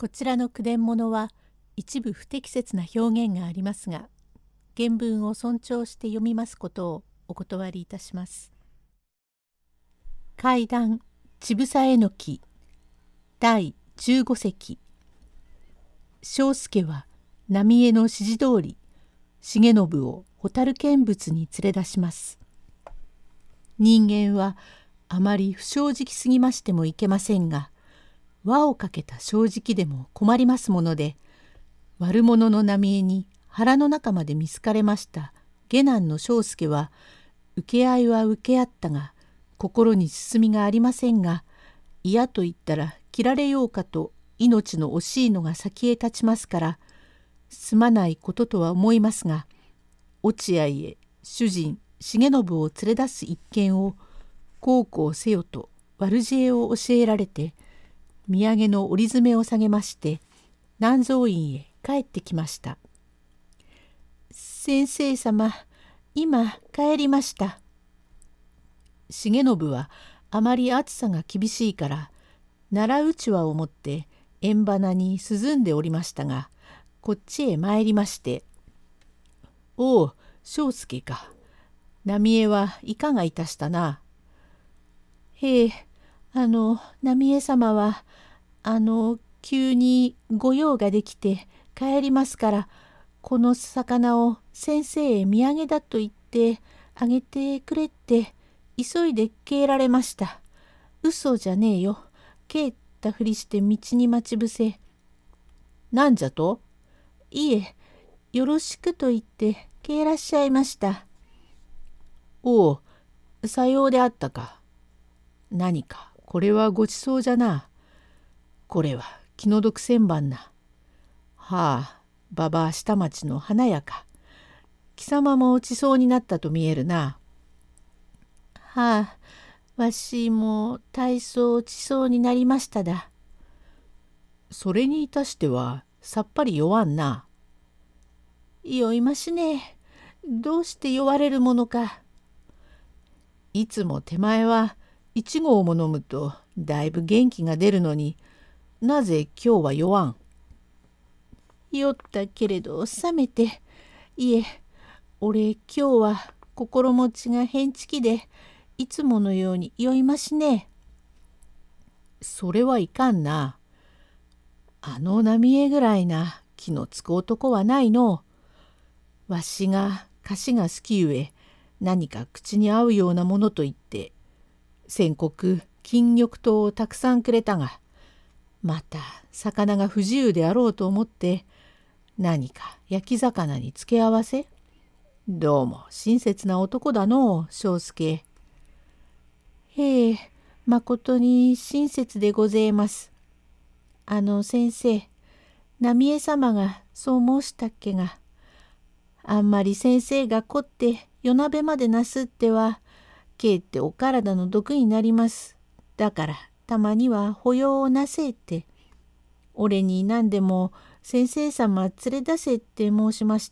こちらの句伝物は一部不適切な表現がありますが、原文を尊重して読みますことをお断りいたします。怪談ちぶさえのき第15席。庄助は浪江の指示通り重信を蛍見物に連れ出します。人間はあまり不正直すぎましてもいけませんが、輪をかけた正直でも困りますもので、悪者の浪江に腹の中まで見つかれました下男の庄助は、受け合いは受け合ったが心に進みがありませんが、嫌と言ったら切られようかと命の惜しいのが先へ立ちますから、すまないこととは思いますが、落合へ主人重信を連れ出す一件を孝行せよと悪知恵を教えられて、土産の折り詰めを下げまして南蔵院へ帰ってきました。先生様、今帰りました。重信はあまり暑さが厳しいから奈良うちわを持って縁花に涼んでおりましたが、こっちへ参りまして「おう庄助か。浪江はいかがいたしたな。」へえ、浪江様は急にご用ができて帰りますから、この魚を先生へ土産だと言ってあげてくれって急いで帰られました。嘘じゃねえよ。帰ったふりして道に待ち伏せ。なんじゃと？いえ、よろしくと言って帰らっしゃいました。おう、さようであったか。何かこれはごちそうじゃな。これは気の毒千番な。はあ、馬場下町の花屋か。貴様も落ちそうになったと見えるな。はあ、わしも大層落ちそうになりましただ。それにいたしてはさっぱり酔わんな。酔いましね。どうして酔われるものか。いつも手前は1合も飲むとだいぶ元気が出るのに、なぜ今日は酔わん。酔ったけれど冷めて、いえ、俺今日は心持ちが変ちきで、いつものように酔いましね。それはいかんな。浪江ぐらいな気のつく男はないの。わしが菓子が好きゆえ、何か口に合うようなものと言って先刻金玉糖をたくさんくれたが、また魚が不自由であろうと思って何か焼き魚に付け合わせ。どうも親切な男だのう、庄助。へえ、まことに親切でごぜえます。先生、浪江様がそう申したっけが、あんまり先生が凝って夜鍋までなすっては、けえってお体の毒になります。だからたまには保養をなせえって、俺に何でも先生様連れ出せって申しました。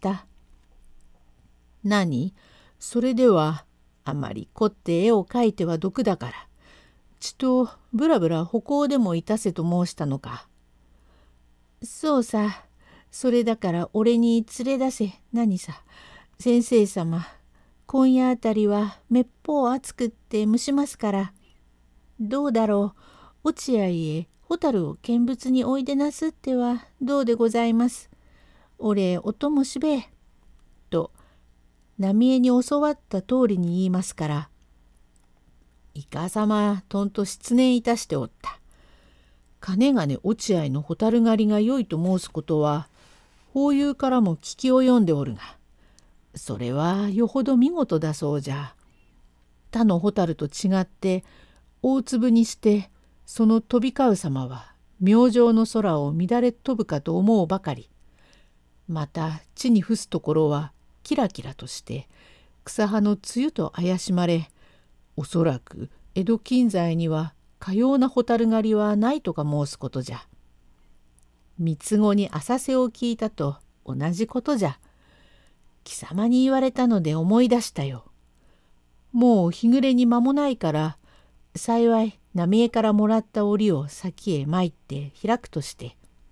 何？それではあまり凝って絵を描いては毒だから、ちとぶらぶら歩行でもいたせと申したのか。そうさ、それだから俺に連れ出せ。何さ、先生様、今夜あたりはめっぽう暑くって蒸しますから、どうだろう、落合へ蛍を見物においでなすってはどうでございます。俺お供しべえ。と浪江に教わった通りに言いますから、いかさまとんと失念いたしておった。かねがね落合の蛍狩りが良いと申すことは法友からも聞き及んでおるが、それはよほど見事だそうじゃ。他の蛍と違って大粒にしてその飛び交う様は明星の空を乱れ飛ぶかと思うばかり。また地に伏すところはキラキラとして草葉の露と怪しまれ、おそらく江戸近在にはかような蛍狩りはないとか申すことじゃ。三つ子に浅瀬を聞いたと同じことじゃ。貴様に言われたので思い出したよ。もう日暮れに間もないから、幸い浪江からもらった折を先へ参って開くとして、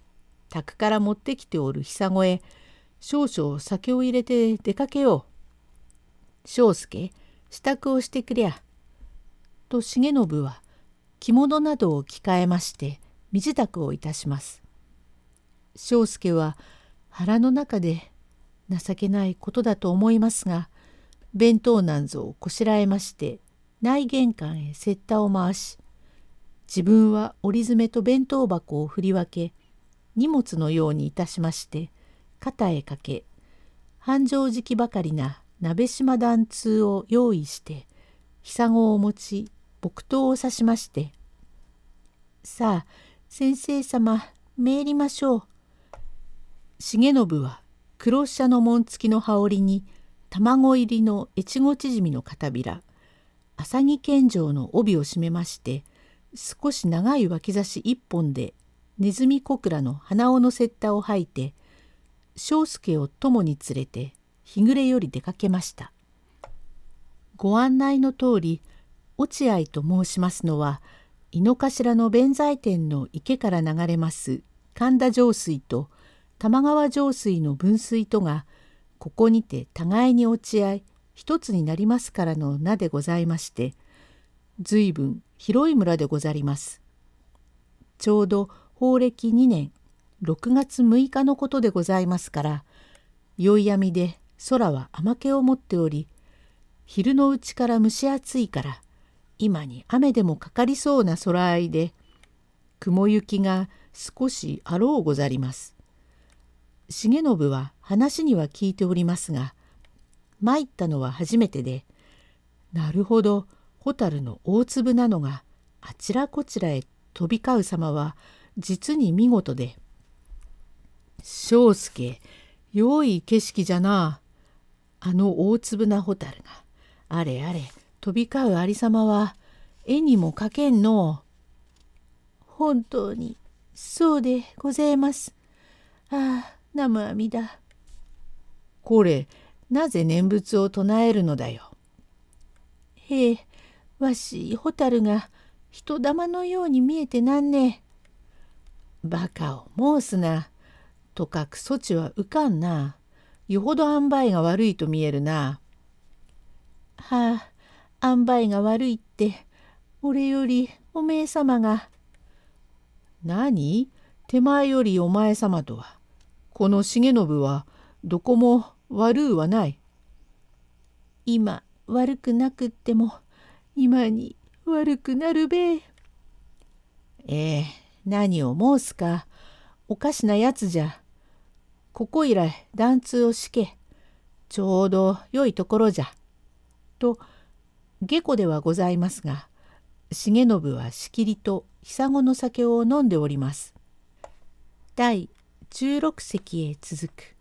宅から持ってきておるひごへ少々酒を入れて出かけよう。庄助、支度をしてくりゃ。と重信は着物などを着替えまして身支度をいたします。庄助は腹の中で情けないことだと思いますが、弁当なんぞをこしらえまして内玄関へ雪駄を回し、自分は折り詰めと弁当箱を振り分け荷物のようにいたしまして肩へかけ、半畳敷きばかりな鍋島緞通を用意してひさごを持ち木刀を刺しまして、さあ先生様参りましょう。重信は黒飛車の紋付きの羽織に卵入りの越後縮みの片びら、浅木献上の帯を締めまして、少し長い脇差し一本でネズミ小倉の鼻緒の雪駄を履いて、庄助を友に連れて日暮れより出かけました。ご案内の通り、落合と申しますのは、井の頭の弁財天の池から流れます神田上水と玉川上水の分水とが、ここにて互いに落ち合い一つになりますからの名でございまして、随分広い村でござります。ちょうど宝暦2年6月6日のことでございますから、宵闇で空は甘気を持っており、昼のうちから蒸し暑いから今に雨でもかかりそうな空合いで、雲行きが少しあろうござります。重信は話には聞いておりますが、参ったのは初めてで、なるほど蛍の大粒なのがあちらこちらへ飛び交う様は実に見事で、庄助、良い景色じゃな。あの大粒な蛍があれあれ飛び交うありさまは絵にも描けんの。本当にそうでございます。ああ、南無阿弥陀。これ、なぜ念仏を唱えるのだよ。へえ、わし蛍が人玉のように見えてなんね。バカを申すな。とかくそちは浮かんな。よほど塩梅が悪いと見えるな。はあ、塩梅が悪いって俺よりおめえ様が。何？手前よりお前様とは。この重信はどこも悪うはない。今悪くなくっても今に悪くなるべ。何を申すか。おかしなやつじゃ。ここ以来緞通をしけ。ちょうど良いところじゃ。と下戸ではございますが、重信はしきりとひごの酒を飲んでおります。第16席へ続く。